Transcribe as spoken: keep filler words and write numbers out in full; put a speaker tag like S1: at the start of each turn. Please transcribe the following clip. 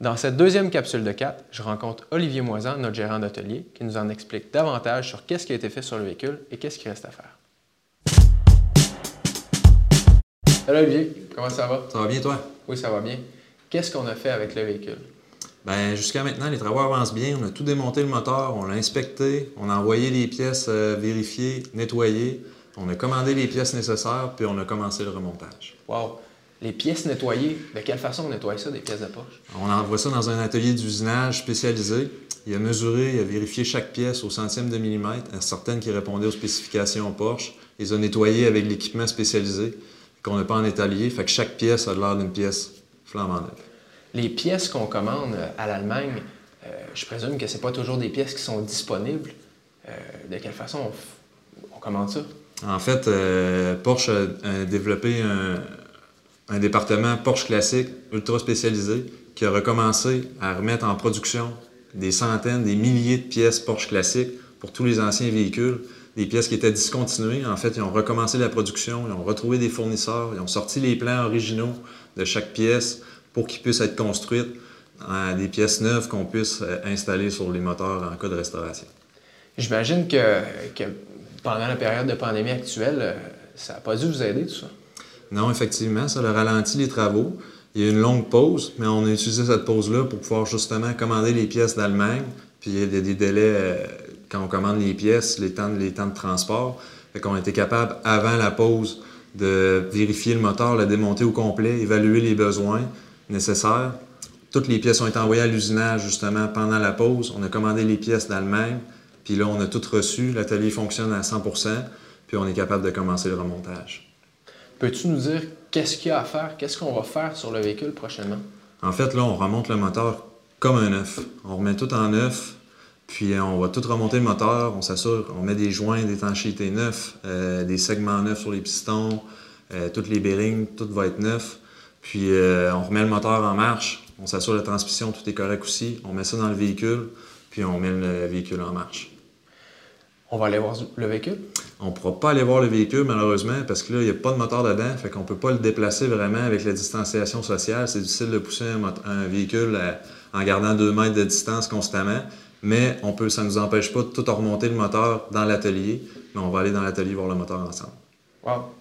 S1: Dans cette deuxième capsule de quatre, je rencontre Olivier Moisan, notre gérant d'atelier, qui nous en explique davantage sur qu'est-ce qui a été fait sur le véhicule et qu'est-ce qui reste à faire. Salut Olivier, comment ça va?
S2: Ça va bien, toi?
S1: Oui, ça va bien. Qu'est-ce qu'on a fait avec le véhicule?
S2: Bien, jusqu'à maintenant, les travaux avancent bien. On a tout démonté le moteur, on l'a inspecté, on a envoyé les pièces euh, vérifiées, nettoyées, on a commandé les pièces nécessaires, puis on a commencé le remontage.
S1: Wow! Les pièces nettoyées, de quelle façon on nettoie ça, des pièces de Porsche?
S2: On envoie ça dans un atelier d'usinage spécialisé. Il a mesuré, il a vérifié chaque pièce au centième de millimètre, certaines qui répondaient aux spécifications Porsche. Il les a nettoyées avec l'équipement spécialisé qu'on n'a pas en atelier, fait que chaque pièce a l'air d'une pièce flambant neuve.
S1: Les pièces qu'on commande à l'Allemagne, euh, je présume que ce n'est pas toujours des pièces qui sont disponibles. Euh, de quelle façon on, on commande ça?
S2: En fait, euh, Porsche a, a développé un, un département Porsche classique ultra spécialisé qui a recommencé à remettre en production des centaines, des milliers de pièces Porsche classiques pour tous les anciens véhicules. Des pièces qui étaient discontinuées. En fait, ils ont recommencé la production, ils ont retrouvé des fournisseurs, ils ont sorti les plans originaux de chaque pièce pour qu'ils puissent être construites en des pièces neuves qu'on puisse installer sur les moteurs en cas de restauration.
S1: J'imagine que, que pendant la période de pandémie actuelle, ça n'a pas dû vous aider tout ça?
S2: Non, effectivement, ça a ralenti les travaux. Il y a eu une longue pause, mais on a utilisé cette pause-là pour pouvoir justement commander les pièces d'Allemagne. Puis il y a des, des délais, euh, quand on commande les pièces, les temps, les temps de transport. Fait qu'on a été capable, avant la pause, de vérifier le moteur, le démonter au complet, évaluer les besoins nécessaires. Toutes les pièces ont été envoyées à l'usinage justement pendant la pause. On a commandé les pièces d'Allemagne, puis là, on a tout reçu. L'atelier fonctionne à cent pour cent, puis on est capable de commencer le remontage.
S1: Peux-tu nous dire qu'est-ce qu'il y a à faire? Qu'est-ce qu'on va faire sur le véhicule prochainement?
S2: En fait, là, on remonte le moteur comme un neuf. On remet tout en neuf, puis on va tout remonter le moteur. On s'assure, on met des joints d'étanchéité neufs, euh, des segments neufs sur les pistons, euh, toutes les bearings, tout va être neuf. Puis euh, on remet le moteur en marche. On s'assure que la transmission, tout est correct aussi. On met ça dans le véhicule, puis on met le véhicule en marche.
S1: On va aller voir le véhicule?
S2: On ne pourra pas aller voir le véhicule, malheureusement, parce que là, il n'y a pas de moteur dedans, fait qu'on ne peut pas le déplacer vraiment avec la distanciation sociale. C'est difficile de pousser un, un véhicule à, en gardant deux mètres de distance constamment, mais on peut, ça ne nous empêche pas de tout remonter le moteur dans l'atelier, mais on va aller dans l'atelier voir le moteur ensemble.
S1: Wow!